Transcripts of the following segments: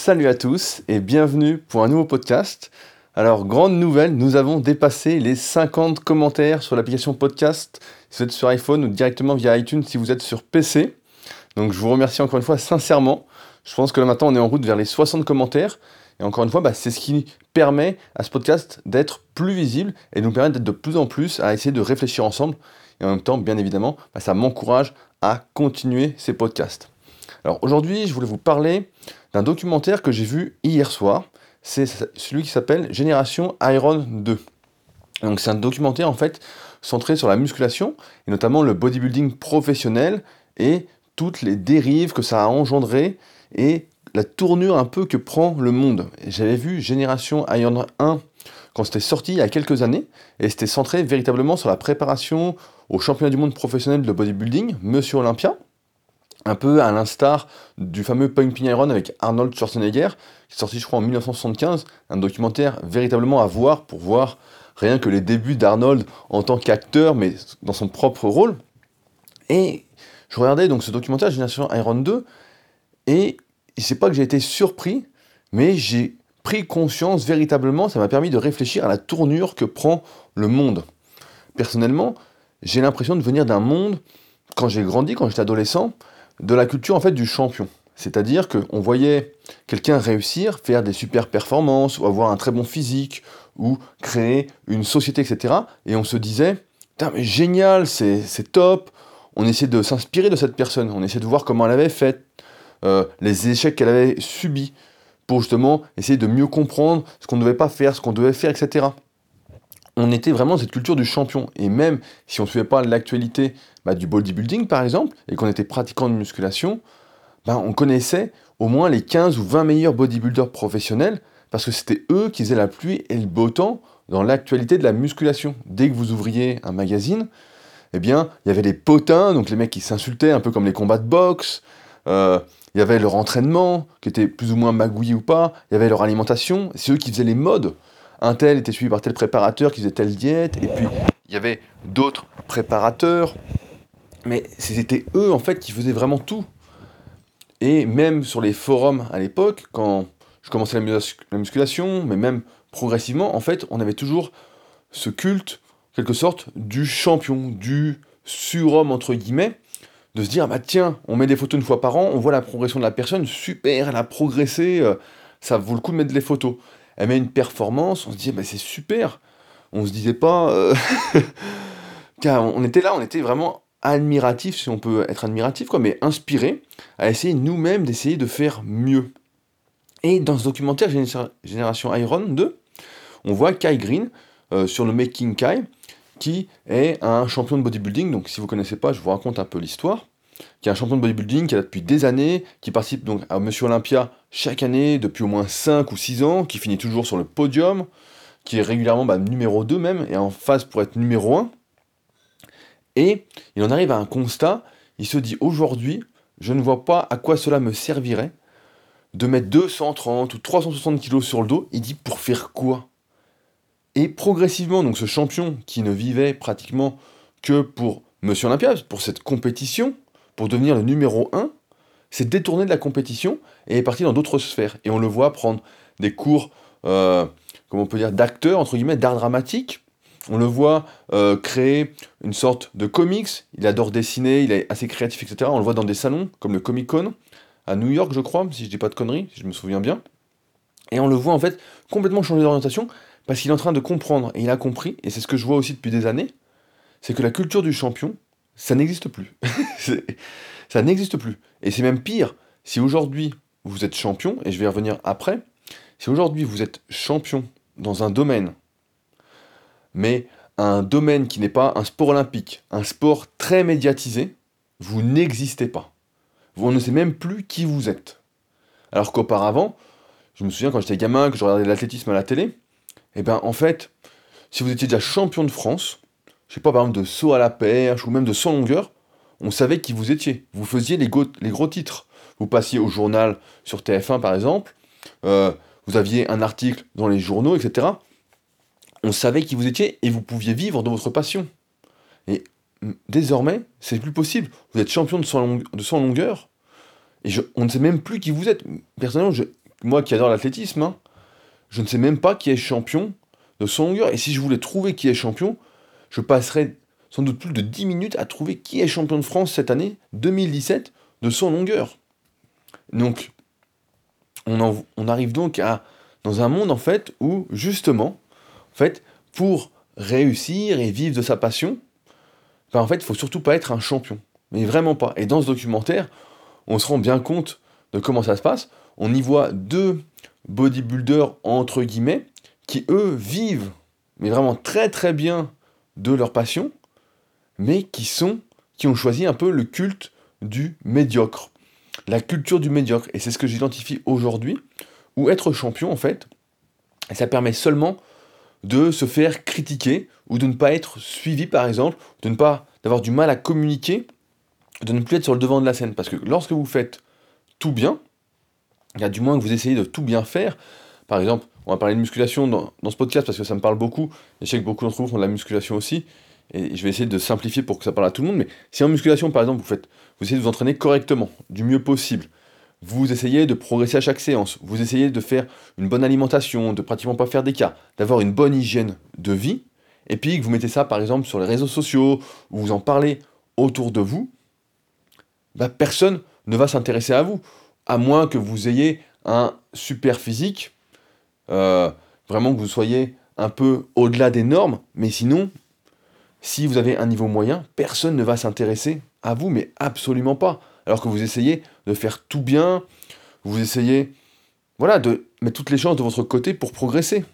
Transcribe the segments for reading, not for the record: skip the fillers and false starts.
Salut à tous et bienvenue pour un nouveau podcast. Alors, grande nouvelle, nous avons dépassé les 50 commentaires sur l'application podcast si vous êtes sur iPhone ou directement via iTunes si vous êtes sur PC. Donc, je vous remercie encore une fois sincèrement. Je pense que là maintenant, on est en route vers les 60 commentaires. Et encore une fois, c'est ce qui permet à ce podcast d'être plus visible et de nous permettre d'être de plus en plus à essayer de réfléchir ensemble. Et en même temps, bien évidemment, ça m'encourage à continuer ces podcasts. Alors aujourd'hui, je voulais vous parler d'un documentaire que j'ai vu hier soir. C'est celui qui s'appelle Génération Iron 2. Donc c'est un documentaire en fait centré sur la musculation et notamment le bodybuilding professionnel et toutes les dérives que ça a engendré et la tournure un peu que prend le monde. J'avais vu Génération Iron 1 quand c'était sorti il y a quelques années et c'était centré véritablement sur la préparation au championnat du monde professionnel de bodybuilding, Monsieur Olympia. Un peu à l'instar du fameux Pumping Iron avec Arnold Schwarzenegger, qui est sorti je crois en 1975, un documentaire véritablement à voir pour voir rien que les débuts d'Arnold en tant qu'acteur, mais dans son propre rôle. Et je regardais donc ce documentaire Génération Iron 2, et c'est pas que j'ai été surpris, mais j'ai pris conscience véritablement, ça m'a permis de réfléchir à la tournure que prend le monde. Personnellement, j'ai l'impression de venir d'un monde, quand j'ai grandi, quand j'étais adolescent, de la culture en fait du champion. C'est-à-dire qu'on voyait quelqu'un réussir, faire des super performances, ou avoir un très bon physique, ou créer une société, etc. Et on se disait, putain mais génial, c'est top. On essayait de s'inspirer de cette personne, on essayait de voir comment elle avait fait, les échecs qu'elle avait subis, pour justement essayer de mieux comprendre ce qu'on ne devait pas faire, ce qu'on devait faire, etc. On était vraiment dans cette culture du champion. Et même si on ne suivait pas l'actualité du bodybuilding, par exemple, et qu'on était pratiquant de musculation, on connaissait au moins les 15 ou 20 meilleurs bodybuilders professionnels, parce que c'était eux qui faisaient la pluie et le beau temps dans l'actualité de la musculation. Dès que vous ouvriez un magazine, il y avait les potins, donc les mecs qui s'insultaient, un peu comme les combats de boxe, il y avait leur entraînement, qui était plus ou moins magouillé ou pas, il y avait leur alimentation, c'est eux qui faisaient les modes. Un tel était suivi par tel préparateur qui faisait telle diète, et puis il y avait d'autres préparateurs, mais c'était eux en fait qui faisaient vraiment tout. Et même sur les forums à l'époque, quand je commençais la musculation, mais même progressivement, en fait, on avait toujours ce culte, quelque sorte, du champion, du surhomme entre guillemets, de se dire, tiens, on met des photos une fois par an, on voit la progression de la personne, super, elle a progressé, ça vaut le coup de mettre des photos. Elle met une performance, on se disait, c'est super. On se disait pas... Car on était là, on était vraiment admiratif, si on peut être admiratif, mais inspiré à essayer nous-mêmes d'essayer de faire mieux. Et dans ce documentaire Génération Iron 2, on voit Kai Greene, sur le Making Kai, qui est un champion de bodybuilding. Donc si vous ne connaissez pas, je vous raconte un peu l'histoire. Qui est un champion de bodybuilding, qui est là depuis des années, qui participe donc à Monsieur Olympia chaque année, depuis au moins 5 ou 6 ans, qui finit toujours sur le podium, qui est régulièrement numéro 2 même, et en phase pour être numéro 1. Et il en arrive à un constat, il se dit aujourd'hui, je ne vois pas à quoi cela me servirait de mettre 230 ou 360 kilos sur le dos. Il dit pour faire quoi? Et progressivement, donc ce champion qui ne vivait pratiquement que pour Monsieur Olympia, pour cette compétition, pour devenir le numéro 1, s'est détourné de la compétition et est parti dans d'autres sphères. Et on le voit prendre des cours, comment on peut dire, d'acteur, entre guillemets, d'art dramatique. On le voit créer une sorte de comics, il adore dessiner, il est assez créatif, etc. On le voit dans des salons, comme le Comic Con, à New York, je crois, si je dis pas de conneries, si je me souviens bien. Et on le voit en fait complètement changer d'orientation, parce qu'il est en train de comprendre, et il a compris, et c'est ce que je vois aussi depuis des années, c'est que la culture du champion, ça n'existe plus. Ça n'existe plus. Et c'est même pire, si aujourd'hui vous êtes champion, et je vais y revenir après, si aujourd'hui vous êtes champion dans un domaine, mais un domaine qui n'est pas un sport olympique, un sport très médiatisé, vous n'existez pas. On ne sait même plus qui vous êtes. Alors qu'auparavant, je me souviens quand j'étais gamin, que je regardais l'athlétisme à la télé, en fait, si vous étiez déjà champion de France, je sais pas, par exemple de saut à la perche, ou même de saut en longueur, on savait qui vous étiez. Vous faisiez les gros titres. Vous passiez au journal sur TF1 par exemple, vous aviez un article dans les journaux, etc. On savait qui vous étiez et vous pouviez vivre de votre passion. Et désormais, c'est plus possible. Vous êtes champion de saut en longueur et on ne sait même plus qui vous êtes. Personnellement, moi qui adore l'athlétisme, hein, je ne sais même pas qui est champion de saut en longueur. Et si je voulais trouver qui est champion, je passerais sans doute plus de 10 minutes à trouver qui est champion de France cette année, 2017, de saut en longueur. Donc, on arrive donc dans un monde, en fait, où, justement, en fait, pour réussir et vivre de sa passion, ben, en fait, il faut surtout pas être un champion. Mais vraiment pas. Et dans ce documentaire, on se rend bien compte de comment ça se passe. On y voit deux bodybuilders, entre guillemets, qui, eux, vivent, mais vraiment très très bien de leur passion, mais qui ont choisi un peu le culte du médiocre. La culture du médiocre. Et c'est ce que j'identifie aujourd'hui, où être champion, en fait, ça permet seulement de se faire critiquer, ou de ne pas être suivi, par exemple, d'avoir du mal à communiquer, de ne plus être sur le devant de la scène. Parce que lorsque vous faites tout bien, il y a du moins que vous essayez de tout bien faire. Par exemple, on va parler de musculation dans ce podcast parce que ça me parle beaucoup. Et je sais que beaucoup d'entre vous font de la musculation aussi. Et je vais essayer de simplifier pour que ça parle à tout le monde. Mais si en musculation, par exemple, vous essayez de vous entraîner correctement, du mieux possible, vous essayez de progresser à chaque séance, vous essayez de faire une bonne alimentation, de pratiquement pas faire d'écart, d'avoir une bonne hygiène de vie, et puis que vous mettez ça, par exemple, sur les réseaux sociaux, ou vous en parlez autour de vous, bah, personne ne va s'intéresser à vous. À moins que vous ayez un super physique, vraiment que vous soyez un peu au-delà des normes, mais sinon, si vous avez un niveau moyen, personne ne va s'intéresser à vous, mais absolument pas. Alors que vous essayez de faire tout bien, vous essayez, voilà, de mettre toutes les chances de votre côté pour progresser.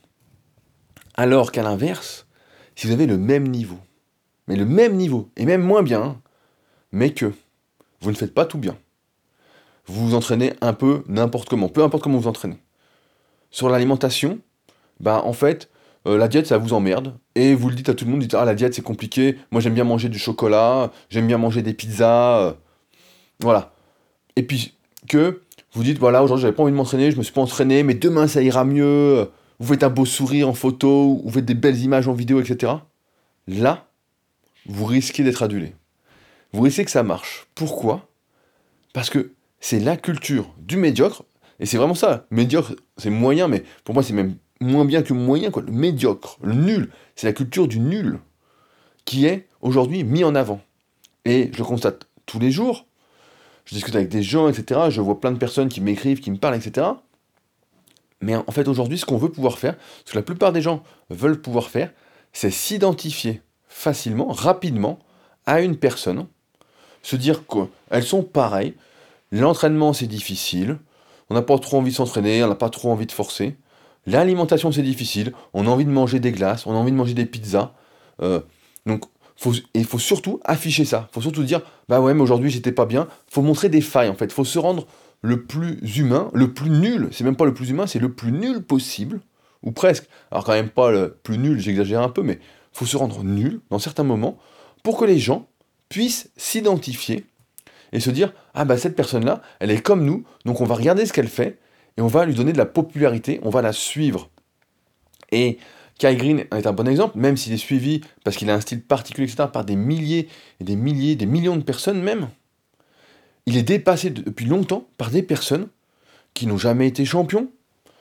Alors qu'à l'inverse, si vous avez le même niveau, mais le même niveau, et même moins bien, hein, mais que vous ne faites pas tout bien, vous vous entraînez un peu n'importe comment, peu importe comment vous vous entraînez. Sur l'alimentation, bah en fait, la diète ça vous emmerde, et vous le dites à tout le monde, vous dites ah la diète c'est compliqué, moi j'aime bien manger du chocolat, j'aime bien manger des pizzas, voilà. Et puis que vous dites voilà aujourd'hui j'avais pas envie de m'entraîner, je me suis pas entraîné, mais demain ça ira mieux, vous faites un beau sourire en photo, vous faites des belles images en vidéo, etc. Là, vous risquez d'être adulé. Vous risquez que ça marche. Pourquoi? Parce que c'est la culture du médiocre, et c'est vraiment ça. Médiocre, c'est moyen, mais pour moi, c'est même moins bien que moyen, quoi. Le médiocre, le nul, c'est la culture du nul qui est aujourd'hui mis en avant. Et je le constate tous les jours. Je discute avec des gens, etc. Je vois plein de personnes qui m'écrivent, qui me parlent, etc. Mais en fait, aujourd'hui, ce qu'on veut pouvoir faire, ce que la plupart des gens veulent pouvoir faire, c'est s'identifier facilement, rapidement, à une personne, se dire qu'elles sont pareilles. L'entraînement, c'est difficile. On n'a pas trop envie de s'entraîner, on n'a pas trop envie de forcer. L'alimentation, c'est difficile. On a envie de manger des glaces, on a envie de manger des pizzas. Donc, il faut surtout afficher ça. Il faut surtout dire, bah ouais, mais aujourd'hui, j'étais pas bien. Il faut montrer des failles, en fait. Il faut se rendre le plus humain, le plus nul. C'est même pas le plus humain, c'est le plus nul possible. Ou presque. Alors, quand même pas le plus nul, j'exagère un peu, mais il faut se rendre nul dans certains moments pour que les gens puissent s'identifier et se dire ah bah cette personne-là, elle est comme nous, donc on va regarder ce qu'elle fait et on va lui donner de la popularité, on va la suivre. Et Kai Green est un bon exemple, même s'il est suivi parce qu'il a un style particulier, etc., par des milliers et des milliers, des millions de personnes même, il est dépassé depuis longtemps par des personnes qui n'ont jamais été champions,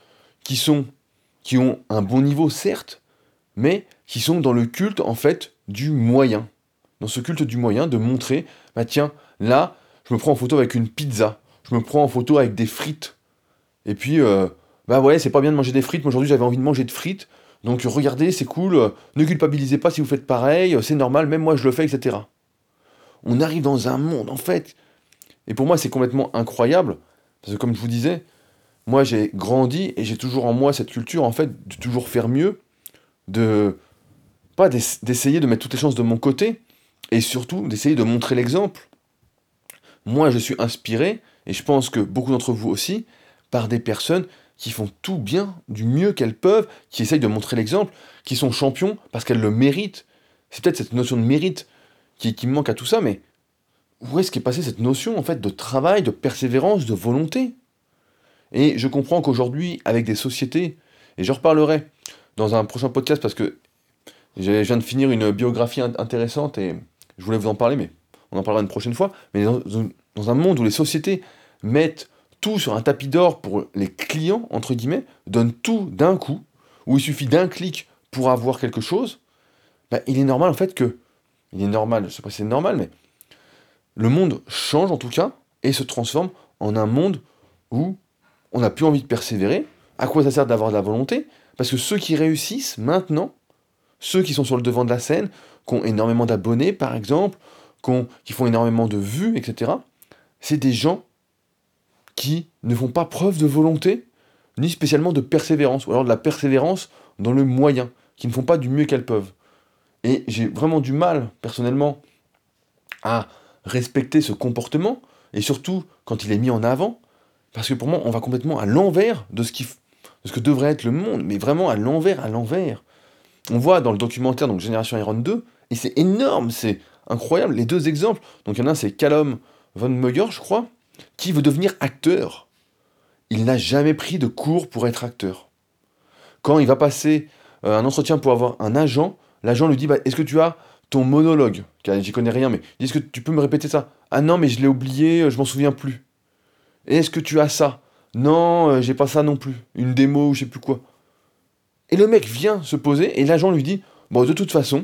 qui ont un bon niveau certes, mais qui sont dans le culte en fait du moyen. Dans ce culte du moyen, de montrer, bah tiens, là, je me prends en photo avec une pizza, je me prends en photo avec des frites. Et puis, bah ouais, c'est pas bien de manger des frites, mais aujourd'hui j'avais envie de manger de frites, donc regardez, c'est cool, ne culpabilisez pas si vous faites pareil, c'est normal, même moi je le fais, etc. On arrive dans un monde, en fait, et pour moi c'est complètement incroyable, parce que comme je vous disais, moi j'ai grandi et j'ai toujours en moi cette culture, en fait, de toujours faire mieux, de pas d'essayer de mettre toutes les chances de mon côté, et surtout d'essayer de montrer l'exemple. Moi, je suis inspiré, et je pense que beaucoup d'entre vous aussi, par des personnes qui font tout bien, du mieux qu'elles peuvent, qui essayent de montrer l'exemple, qui sont champions parce qu'elles le méritent. C'est peut-être cette notion de mérite qui me manque à tout ça, mais où est-ce qu'est passée cette notion, en fait, de travail, de persévérance, de volonté? Et je comprends qu'aujourd'hui, avec des sociétés, et j'en reparlerai dans un prochain podcast parce que je viens de finir une biographie intéressante et je voulais vous en parler, mais on en parlera une prochaine fois. Mais dans un monde où les sociétés mettent tout sur un tapis d'or pour les clients, entre guillemets, donnent tout d'un coup, où il suffit d'un clic pour avoir quelque chose, bah, il est normal en fait que... Il est normal, je sais pas si c'est normal, mais le monde change en tout cas, et se transforme en un monde où on n'a plus envie de persévérer. À quoi ça sert d'avoir de la volonté? Parce que ceux qui réussissent maintenant, ceux qui sont sur le devant de la scène, qui ont énormément d'abonnés par exemple, qui font énormément de vues, etc., c'est des gens qui ne font pas preuve de volonté, ni spécialement de persévérance, ou alors de la persévérance dans le moyen, qui ne font pas du mieux qu'elles peuvent. Et j'ai vraiment du mal, personnellement, à respecter ce comportement, et surtout quand il est mis en avant, parce que pour moi, on va complètement à l'envers de ce que devrait être le monde, mais vraiment à l'envers, à l'envers. On voit dans le documentaire, donc Génération Iron 2, et c'est énorme, c'est incroyable, les deux exemples. Donc il y en a un, c'est Callum Von Meyer, je crois, qui veut devenir acteur. Il n'a jamais pris de cours pour être acteur. Quand il va passer un entretien pour avoir un agent, l'agent lui dit bah, est-ce que tu as ton monologue? Car j'y connais rien, mais il dit est-ce que tu peux me répéter ça? Ah non, mais je l'ai oublié, je m'en souviens plus. Et est-ce que tu as ça? Non, j'ai pas ça non plus. Une démo ou je sais plus quoi. Et le mec vient se poser et l'agent lui dit bon, de toute façon,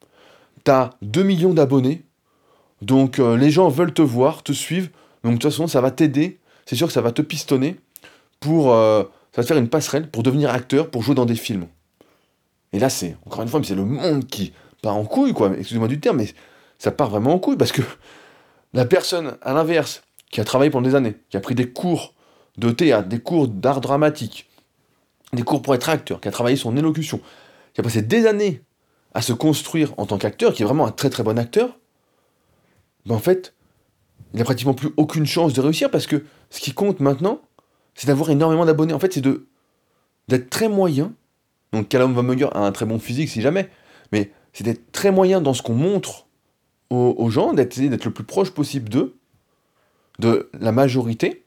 t'as 2 millions d'abonnés, donc les gens veulent te voir, te suivre, donc de toute façon, ça va t'aider. C'est sûr que ça va te pistonner pour. Ça va te faire une passerelle pour devenir acteur, pour jouer dans des films. Et là, c'est, encore une fois, mais c'est le monde qui part en couille, quoi. Excusez-moi du terme, mais ça part vraiment en couille parce que la personne, à l'inverse, qui a travaillé pendant des années, qui a pris des cours de théâtre, des cours d'art dramatique, des cours pour être acteur, qui a travaillé son élocution, qui a passé des années à se construire en tant qu'acteur, qui est vraiment un très très bon acteur, ben en fait, il n'a pratiquement plus aucune chance de réussir parce que ce qui compte maintenant, c'est d'avoir énormément d'abonnés. En fait, c'est d'être très moyen. Donc Callum Von Meyer a un très bon physique si jamais, mais c'est d'être très moyen dans ce qu'on montre aux gens, d'être le plus proche possible d'eux, de la majorité,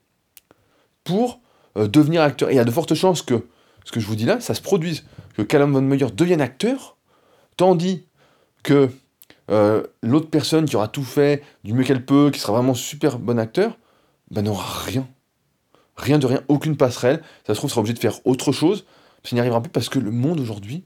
pour devenir acteur. Et il y a de fortes chances que ce que je vous dis là, ça se produise, que Callum Von Meyer devienne acteur, tandis que l'autre personne qui aura tout fait du mieux qu'elle peut, qui sera vraiment super bon acteur, ben n'aura rien. Rien de rien, aucune passerelle. Ça se trouve, sera obligé de faire autre chose, parce qu'il n'y arrivera plus, parce que le monde aujourd'hui,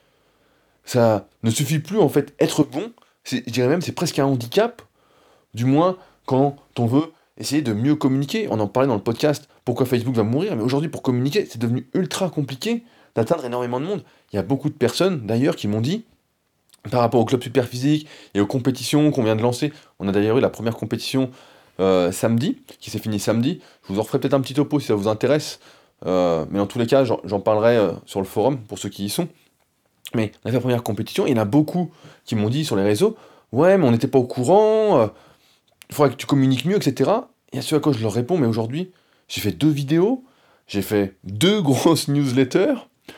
ça ne suffit plus en fait. Être bon, je dirais même, c'est presque un handicap, du moins quand on veut essayer de mieux communiquer. On en parlait dans le podcast, pourquoi Facebook va mourir, mais aujourd'hui, pour communiquer, c'est devenu ultra compliqué d'atteindre énormément de monde. Il y a beaucoup de personnes, d'ailleurs, qui m'ont dit, par rapport au club super physique et aux compétitions qu'on vient de lancer, on a d'ailleurs eu la première compétition samedi, qui s'est finie samedi. Je vous en referai peut-être un petit topo si ça vous intéresse, mais dans tous les cas, j'en parlerai sur le forum pour ceux qui y sont. Mais on a fait la première compétition, et il y en a beaucoup qui m'ont dit sur les réseaux, ouais, mais on n'était pas au courant, il faudrait que tu communiques mieux, etc. Et à ce à quoi je leur réponds, mais aujourd'hui, j'ai fait 2 vidéos, j'ai fait 2 grosses newsletters,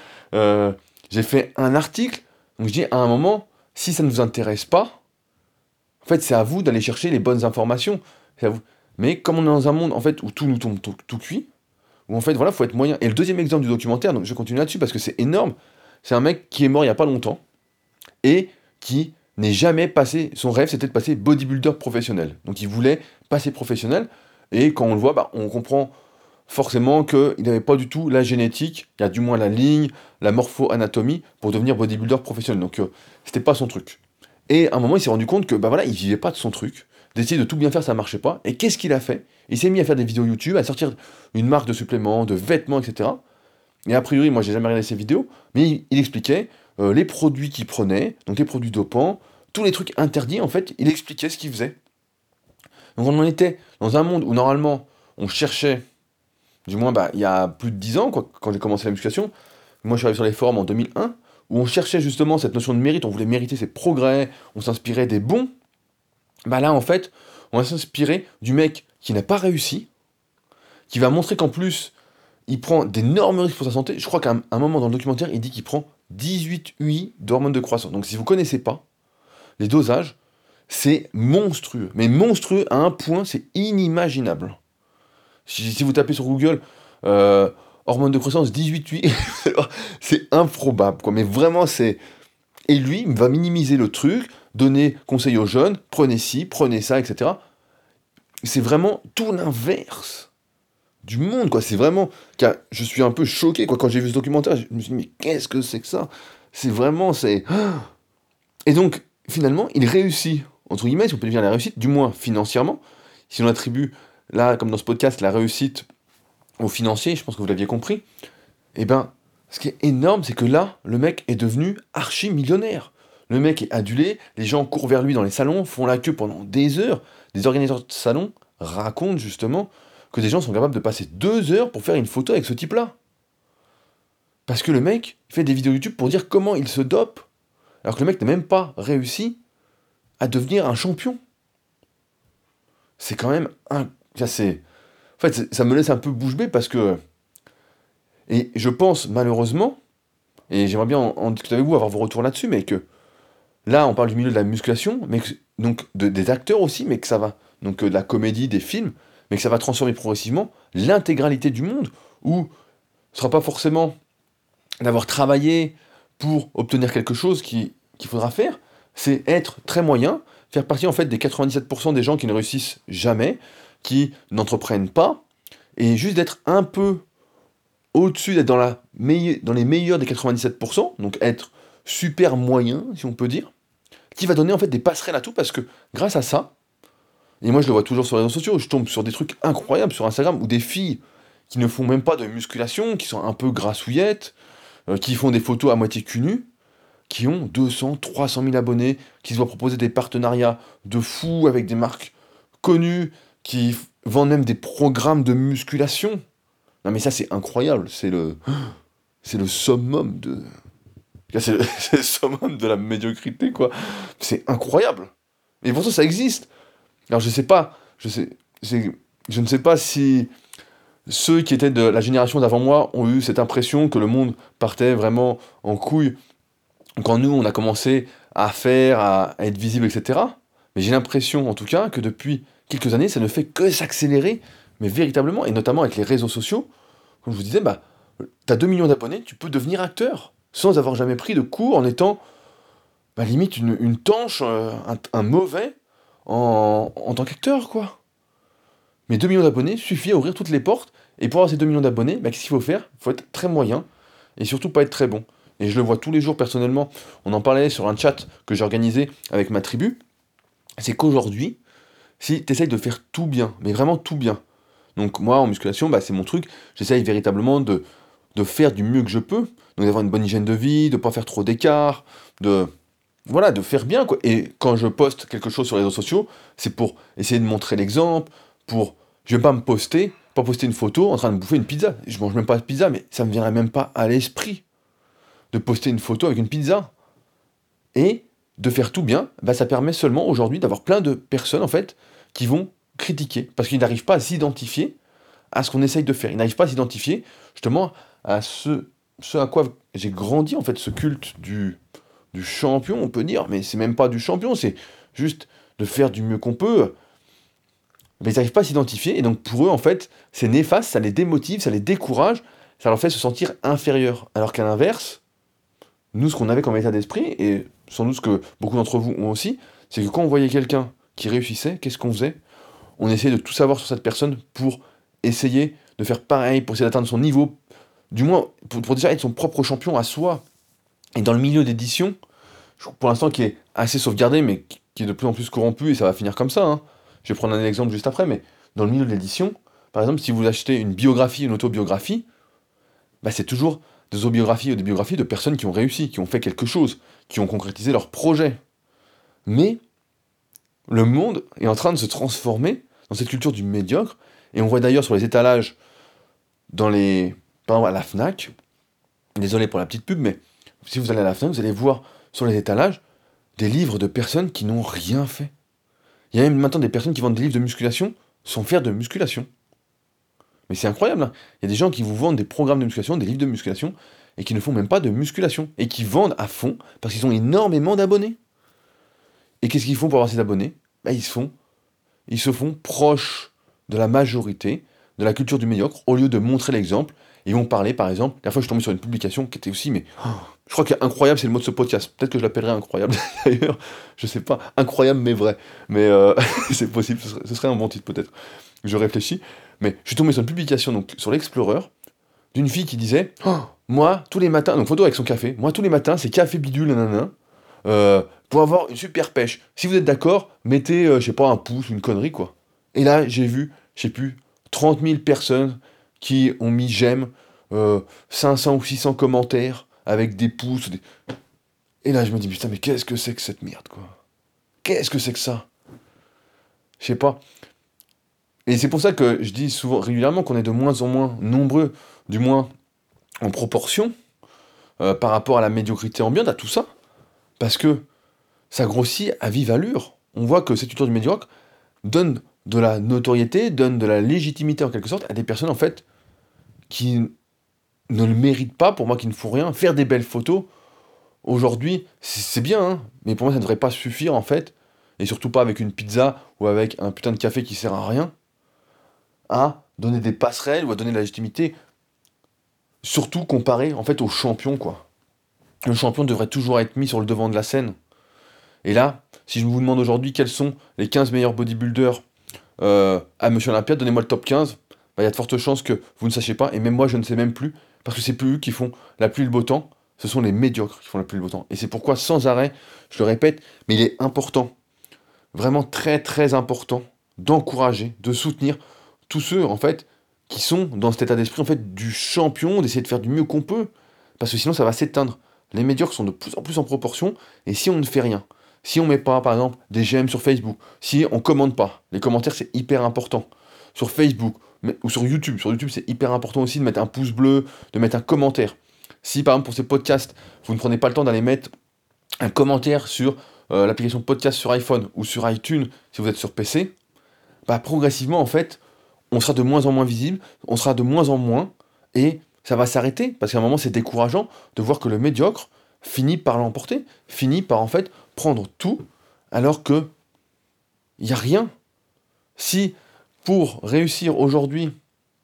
j'ai fait un article, donc je dis à un moment, si ça ne vous intéresse pas, en fait, c'est à vous d'aller chercher les bonnes informations. C'est à vous. Mais comme on est dans un monde en fait où tout nous tombe tout cuit, où en fait voilà, faut être moyen. Et le deuxième exemple du documentaire, donc je continue là-dessus parce que c'est énorme, c'est un mec qui est mort il y a pas longtemps et qui n'est jamais passé. Son rêve c'était de passer bodybuilder professionnel. Donc il voulait passer professionnel et quand on le voit, bah, on comprend forcément qu'il n'avait pas du tout la génétique, il y a du moins la ligne, la morpho-anatomie pour devenir bodybuilder professionnel. Donc c'était pas son truc. Et à un moment, il s'est rendu compte que bah voilà, il vivait pas de son truc, d'essayer de tout bien faire, ça marchait pas. Et qu'est-ce qu'il a fait? Il s'est mis à faire des vidéos YouTube, à sortir une marque de suppléments, de vêtements, etc. Et a priori, moi, j'ai jamais regardé ses vidéos, mais il expliquait les produits qu'il prenait, donc les produits dopants, tous les trucs interdits. En fait, il expliquait ce qu'il faisait. Donc on en était dans un monde où normalement, on cherchait, du moins, bah, il y a plus de 10 ans, quoi, quand j'ai commencé la musculation. Moi, je suis arrivé sur les forums en 2001, où on cherchait justement cette notion de mérite, on voulait mériter ses progrès, on s'inspirait des bons. Bah là, en fait, on va s'inspirer du mec qui n'a pas réussi, qui va montrer qu'en plus, il prend d'énormes risques pour sa santé. Je crois qu'à un moment dans le documentaire, il dit qu'il prend 18 UI d'hormones de croissance. Donc si vous connaissez pas les dosages, c'est monstrueux. Mais monstrueux à un point, c'est inimaginable. Si vous tapez sur Google hormones de croissance 18 UI, c'est improbable, quoi. Mais vraiment, c'est... Et lui, il va minimiser le truc, donner conseil aux jeunes, prenez ci, prenez ça, etc. C'est vraiment tout l'inverse du monde, quoi. C'est vraiment... Je suis un peu choqué, quoi. Quand j'ai vu ce documentaire, je me suis dit, mais qu'est-ce que c'est que ça? C'est vraiment... c'est... Et donc, finalement, il réussit, entre guillemets, si on peut dire la réussite, du moins financièrement. Si on attribue, là, comme dans ce podcast, la réussite aux financiers, je pense que vous l'aviez compris, eh ben, ce qui est énorme, c'est que là, le mec est devenu archi-millionnaire. Le mec est adulé, les gens courent vers lui dans les salons, font la queue pendant des heures. Des organisateurs de salons racontent justement que des gens sont capables de passer 2 heures pour faire une photo avec ce type-là. Parce que le mec fait des vidéos YouTube pour dire comment il se dope, alors que le mec n'a même pas réussi à devenir un champion. C'est quand même un... En fait, ça me laisse un peu bouche bée parce que... Et je pense malheureusement, et j'aimerais bien en discuter avec vous, avoir vos retours là-dessus, mais que là, on parle du milieu de la musculation, mais donc des acteurs aussi, mais que ça va, donc de la comédie, des films, mais que ça va transformer progressivement l'intégralité du monde, où ce sera pas forcément d'avoir travaillé pour obtenir quelque chose qu'il faudra faire, c'est être très moyen, faire partie en fait des 97% des gens qui ne réussissent jamais, qui n'entreprennent pas, et juste d'être un peu au-dessus, d'être dans les meilleurs des 97%, donc être super moyen, si on peut dire, qui va donner en fait des passerelles à tout, parce que grâce à ça, et moi je le vois toujours sur les réseaux sociaux, je tombe sur des trucs incroyables sur Instagram, où des filles qui ne font même pas de musculation, qui sont un peu grassouillettes, qui font des photos à moitié cul nu, qui ont 200, 300 000 abonnés, qui se voient proposer des partenariats de fous avec des marques connues, qui vendent même des programmes de musculation. Non mais ça c'est incroyable, c'est le summum de... C'est le, c'est le summum de la médiocrité, quoi. C'est incroyable. Et pourtant ça existe. Alors je sais pas, je ne sais pas si ceux qui étaient de la génération d'avant moi ont eu cette impression que le monde partait vraiment en couille quand nous, on a commencé à faire, à être visible, etc. Mais j'ai l'impression, en tout cas, que depuis quelques années, ça ne fait que s'accélérer, mais véritablement, et notamment avec les réseaux sociaux. Comme je vous disais, bah, t'as 2 millions d'abonnés, tu peux devenir acteur, sans avoir jamais pris de cours, en étant, bah, limite, une tanche, un mauvais, en tant qu'acteur, quoi. Mais 2 millions d'abonnés suffit à ouvrir toutes les portes, et pour avoir ces 2 millions d'abonnés, bah, qu'est-ce qu'il faut faire? Il faut être très moyen, et surtout pas être très bon. Et je le vois tous les jours personnellement, on en parlait sur un chat que j'ai organisé avec ma tribu, c'est qu'aujourd'hui, si tu essayes de faire tout bien, mais vraiment tout bien, donc moi en musculation, bah, c'est mon truc, j'essaye véritablement de faire du mieux que je peux, donc d'avoir une bonne hygiène de vie, de pas faire trop d'écart, voilà, de faire bien, quoi. Et quand je poste quelque chose sur les réseaux sociaux, c'est pour essayer de montrer l'exemple, je vais pas me poster, pas poster une photo en train de bouffer une pizza, je mange même pas de pizza, mais ça me viendrait même pas à l'esprit de poster une photo avec une pizza. Et de faire tout bien, bah, ça permet seulement aujourd'hui d'avoir plein de personnes en fait qui vont critiquer parce qu'ils n'arrivent pas à s'identifier à ce qu'on essaye de faire. Ils n'arrivent pas à s'identifier justement à ce à quoi j'ai grandi en fait, ce culte du champion, on peut dire, mais c'est même pas du champion, c'est juste de faire du mieux qu'on peut. Mais ils n'arrivent pas à s'identifier et donc pour eux en fait c'est néfaste, ça les démotive, ça les décourage, ça leur fait se sentir inférieurs. Alors qu'à l'inverse, nous, ce qu'on avait comme état d'esprit, et sans doute ce que beaucoup d'entre vous ont aussi, c'est que quand on voyait quelqu'un qui réussissait, qu'est-ce qu'on faisait? On essayait de tout savoir sur cette personne pour essayer de faire pareil, pour essayer d'atteindre son niveau, du moins pour déjà être son propre champion à soi. Et dans le milieu d'édition, pour l'instant qui est assez sauvegardé, mais qui est de plus en plus corrompu, et ça va finir comme ça, hein. Je vais prendre un exemple juste après, mais dans le milieu de l'édition, par exemple, si vous achetez une biographie, une autobiographie, bah, c'est toujours des autobiographies ou des biographies de personnes qui ont réussi, qui ont fait quelque chose, qui ont concrétisé leur projet. Mais le monde est en train de se transformer dans cette culture du médiocre, et on voit d'ailleurs sur les étalages, par exemple à la Fnac, désolé pour la petite pub, mais si vous allez à la Fnac, vous allez voir sur les étalages des livres de personnes qui n'ont rien fait. Il y a même maintenant des personnes qui vendent des livres de musculation sans faire de musculation. Mais c'est incroyable, hein. Il y a des gens qui vous vendent des programmes de musculation, des livres de musculation, et qui ne font même pas de musculation, et qui vendent à fond, parce qu'ils ont énormément d'abonnés. Et qu'est-ce qu'ils font pour avoir ces abonnés? Bah, ils se font proches de la majorité, de la culture du médiocre, au lieu de montrer l'exemple. Ils vont parler, par exemple, la fois je suis tombé sur une publication qui était aussi, mais je crois qu'incroyable c'est le mot de ce podcast. Peut-être que je l'appellerai incroyable d'ailleurs, je sais pas, incroyable mais vrai. Mais c'est possible, ce serait un bon titre peut-être. Je réfléchis. mais je suis tombé sur une publication donc, sur l'Explorer d'une fille qui disait oh, moi, tous les matins, donc photo avec son café, moi, tous les matins, c'est café bidule, nanana, pour avoir une super pêche. Si vous êtes d'accord, mettez, je sais pas, un pouce ou une connerie, quoi. Et là, j'ai vu, je sais plus, 30 000 personnes qui ont mis j'aime, 500 ou 600 commentaires avec des pouces. Et là, je me dis, putain, mais qu'est-ce que c'est que cette merde, quoi? Qu'est-ce que c'est que ça? Je sais pas. Et c'est pour ça que je dis souvent, régulièrement, qu'on est de moins en moins nombreux, du moins en proportion, par rapport à la médiocrité ambiante, à tout ça. Parce que ça grossit à vive allure. On voit que cette culture du médiocre donne de la notoriété, donne de la légitimité en quelque sorte à des personnes en fait qui ne le méritent pas, pour moi qui ne font rien. Faire des belles photos, aujourd'hui, c'est bien, hein, mais pour moi ça ne devrait pas suffire en fait, et surtout pas avec une pizza ou avec un putain de café qui sert à rien, à donner des passerelles ou à donner de la légitimité, surtout comparé en fait aux champions quoi. Le champion devrait toujours être mis sur le devant de la scène. Et là, si je vous demande aujourd'hui quels sont les 15 meilleurs bodybuilders à Monsieur Olympia, donnez-moi le top 15, bah, il y a de fortes chances que vous ne sachiez pas, et même moi je ne sais même plus, parce que c'est plus eux qui font la pluie et le beau temps, ce sont les médiocres qui font la pluie et le beau temps. Et c'est pourquoi, sans arrêt, je le répète, mais il est important, vraiment très très important, d'encourager, de soutenir tous ceux, en fait, qui sont dans cet état d'esprit, en fait, du champion, d'essayer de faire du mieux qu'on peut, parce que sinon ça va s'éteindre. Les médiocres sont de plus en plus en proportion, et si on ne fait rien, si on met pas, par exemple, des j'aime sur Facebook, si on commente pas, les commentaires c'est hyper important. Sur Facebook, ou sur YouTube c'est hyper important aussi de mettre un pouce bleu, de mettre un commentaire. Si par exemple pour ces podcasts, vous ne prenez pas le temps d'aller mettre un commentaire sur l'application podcast sur iPhone ou sur iTunes si vous êtes sur PC, bah progressivement en fait, on sera de moins en moins visible, on sera de moins en moins, et ça va s'arrêter, parce qu'à un moment c'est décourageant de voir que le médiocre finit par l'emporter, finit par en fait prendre tout, alors que il n'y a rien. Si pour réussir aujourd'hui,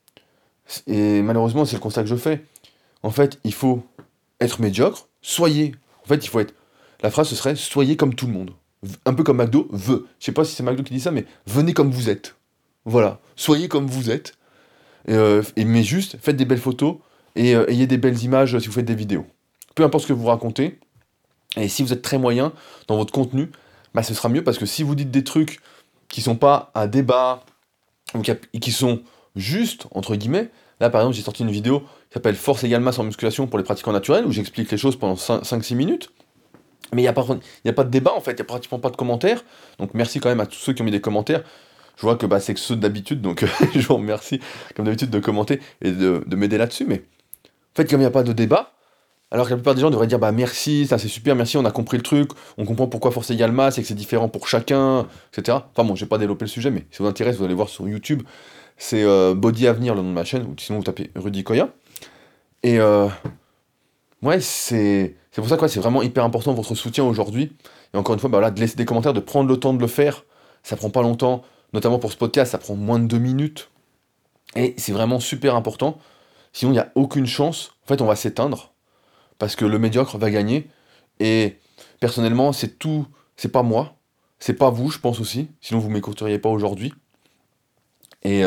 et malheureusement c'est le constat que je fais, en fait il faut être médiocre, soyez, en fait il faut être, la phrase ce serait soyez comme tout le monde. Un peu comme McDo veut. Je sais pas si c'est McDo qui dit ça, mais venez comme vous êtes. Voilà, soyez comme vous êtes, mais juste faites des belles photos et ayez des belles images si vous faites des vidéos. Peu importe ce que vous racontez, et si vous êtes très moyen dans votre contenu, bah ce sera mieux parce que si vous dites des trucs qui sont pas un débat, ou qui sont juste, entre guillemets, là par exemple j'ai sorti une vidéo qui s'appelle Force égale masse en musculation pour les pratiquants naturels, où j'explique les choses pendant 5-6 minutes, mais il y a pas de débat en fait, il n'y a pratiquement pas de commentaires, donc merci quand même à tous ceux qui ont mis des commentaires. Je vois que bah, c'est que ceux d'habitude, donc je vous remercie comme d'habitude de commenter et de m'aider là-dessus, mais en fait comme il n'y a pas de débat, alors que la plupart des gens devraient dire bah merci, ça c'est super, merci, on a compris le truc, on comprend pourquoi force égale masse et que c'est différent pour chacun, etc. Enfin bon, je vais pas développer le sujet, mais si ça vous intéresse, vous allez voir sur YouTube, c'est Body Avenir le nom de ma chaîne, ou sinon vous tapez Rudy Koya. Et ouais, c'est pour ça que ouais, c'est vraiment hyper important votre soutien aujourd'hui. Et encore une fois, bah, voilà, de laisser des commentaires, de prendre le temps de le faire, ça prend pas longtemps, notamment pour ce podcast, ça prend moins de 2 minutes. Et c'est vraiment super important, sinon il n'y a aucune chance, en fait on va s'éteindre parce que le médiocre va gagner. Et personnellement, c'est tout, c'est pas moi, c'est pas vous, je pense aussi, sinon vous m'écouteriez pas aujourd'hui. Et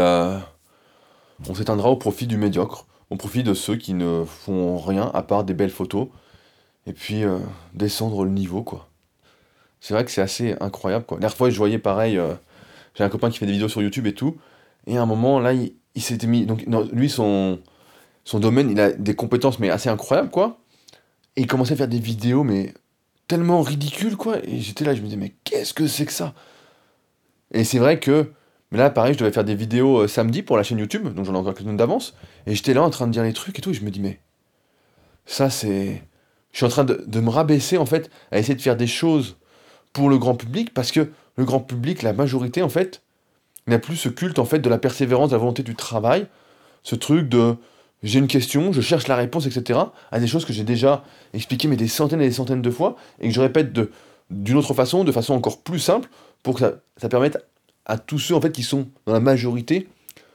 on s'éteindra au profit du médiocre, au profit de ceux qui ne font rien à part des belles photos, et puis descendre le niveau, quoi. C'est vrai que c'est assez incroyable, quoi. La dernière fois, je voyais pareil, j'ai un copain qui fait des vidéos sur YouTube et tout, et à un moment, là, il s'était mis, donc non, lui, son domaine, il a des compétences, mais assez incroyables, quoi. Et il commençait à faire des vidéos, mais tellement ridicules, quoi. Et j'étais là, je me disais, mais qu'est-ce que c'est que ça? Et c'est vrai que, mais là, pareil, je devais faire des vidéos samedi pour la chaîne YouTube, donc j'en ai encore quelques-unes d'avance. Et j'étais là en train de dire les trucs et tout, et je me dis, mais ça, c'est. Je suis en train de me rabaisser, en fait, à essayer de faire des choses pour le grand public, parce que le grand public, la majorité, en fait, n'a plus ce culte, en fait, de la persévérance, de la volonté du travail, ce truc de j'ai une question, je cherche la réponse, etc., à des choses que j'ai déjà expliquées, mais des centaines et des centaines de fois, et que je répète d'une autre façon, de façon encore plus simple, pour que ça permette à tous ceux, en fait, qui sont dans la majorité,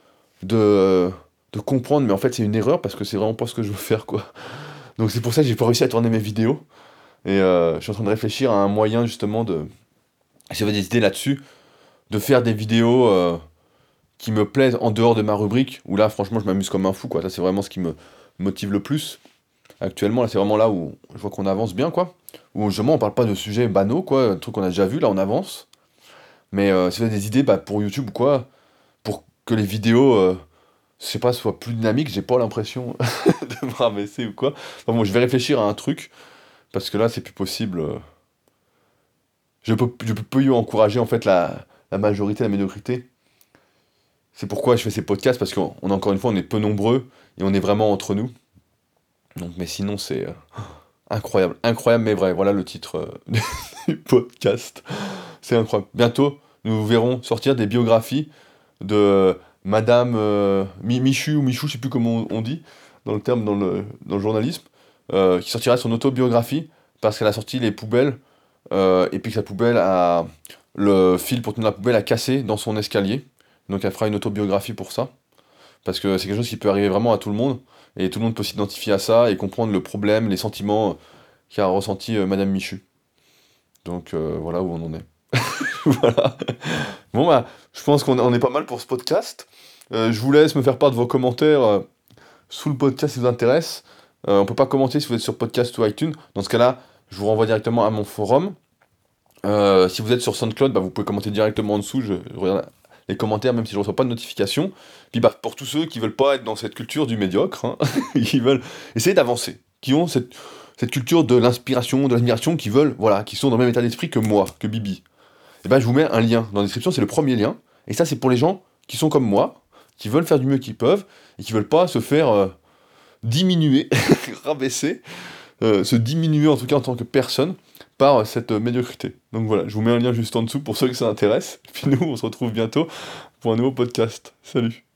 de, de comprendre, mais en fait, c'est une erreur, parce que c'est vraiment pas ce que je veux faire, quoi. Donc c'est pour ça que j'ai pas réussi à tourner mes vidéos, et je suis en train de réfléchir à un moyen, justement, si vous avez des idées là-dessus, de faire des vidéos qui me plaisent en dehors de ma rubrique, où là, franchement, je m'amuse comme un fou, quoi. Ça, c'est vraiment ce qui me motive le plus. Actuellement, là, c'est vraiment là où je vois qu'on avance bien, quoi. Où, justement, on parle pas de sujets banaux, quoi, un truc qu'on a déjà vu, là, on avance. Mais si vous avez des idées pour YouTube ou quoi, pour que les vidéos, je sais pas, soient plus dynamiques, j'ai pas l'impression de me rabaisser ou quoi. Enfin bon, je vais réfléchir à un truc, parce que là, c'est plus possible. Je peux plus encourager, en fait, la majorité, la médiocrité. C'est pourquoi je fais ces podcasts, parce encore une fois, on est peu nombreux, et on est vraiment entre nous. Donc, mais sinon, c'est incroyable. Incroyable, mais vrai. Voilà le titre du podcast. C'est incroyable. Bientôt, nous verrons sortir des biographies de Madame Michu ou Michou, je sais plus comment on dit dans le terme dans le journalisme, qui sortira son autobiographie parce qu'elle a sorti les poubelles et puis que sa poubelle a le fil pour tenir la poubelle a cassé dans son escalier. Donc elle fera une autobiographie pour ça parce que c'est quelque chose qui peut arriver vraiment à tout le monde et tout le monde peut s'identifier à ça et comprendre le problème, les sentiments qu'a ressenti Madame Michu. Donc voilà où on en est. Voilà. Bon bah, je pense qu'on est pas mal pour ce podcast. Je vous laisse me faire part de vos commentaires sous le podcast si vous intéresse. On peut pas commenter si vous êtes sur podcast ou iTunes. Dans ce cas-là, je vous renvoie directement à mon forum. Si vous êtes sur SoundCloud, bah, vous pouvez commenter directement en dessous. Je regarde les commentaires même si je reçois pas de notification. Puis bah, pour tous ceux qui veulent pas être dans cette culture du médiocre, hein, qui veulent essayer d'avancer, qui ont cette culture de l'inspiration, de l'admiration, qui veulent, voilà, qui sont dans le même état d'esprit que moi, que Bibi. Et ben je vous mets un lien dans la description, c'est le premier lien. Et ça, c'est pour les gens qui sont comme moi, qui veulent faire du mieux qu'ils peuvent, et qui veulent pas se faire diminuer, rabaisser, se diminuer en tout cas en tant que personne, par cette médiocrité. Donc voilà, je vous mets un lien juste en dessous pour ceux que ça intéresse. Puis nous, on se retrouve bientôt pour un nouveau podcast. Salut!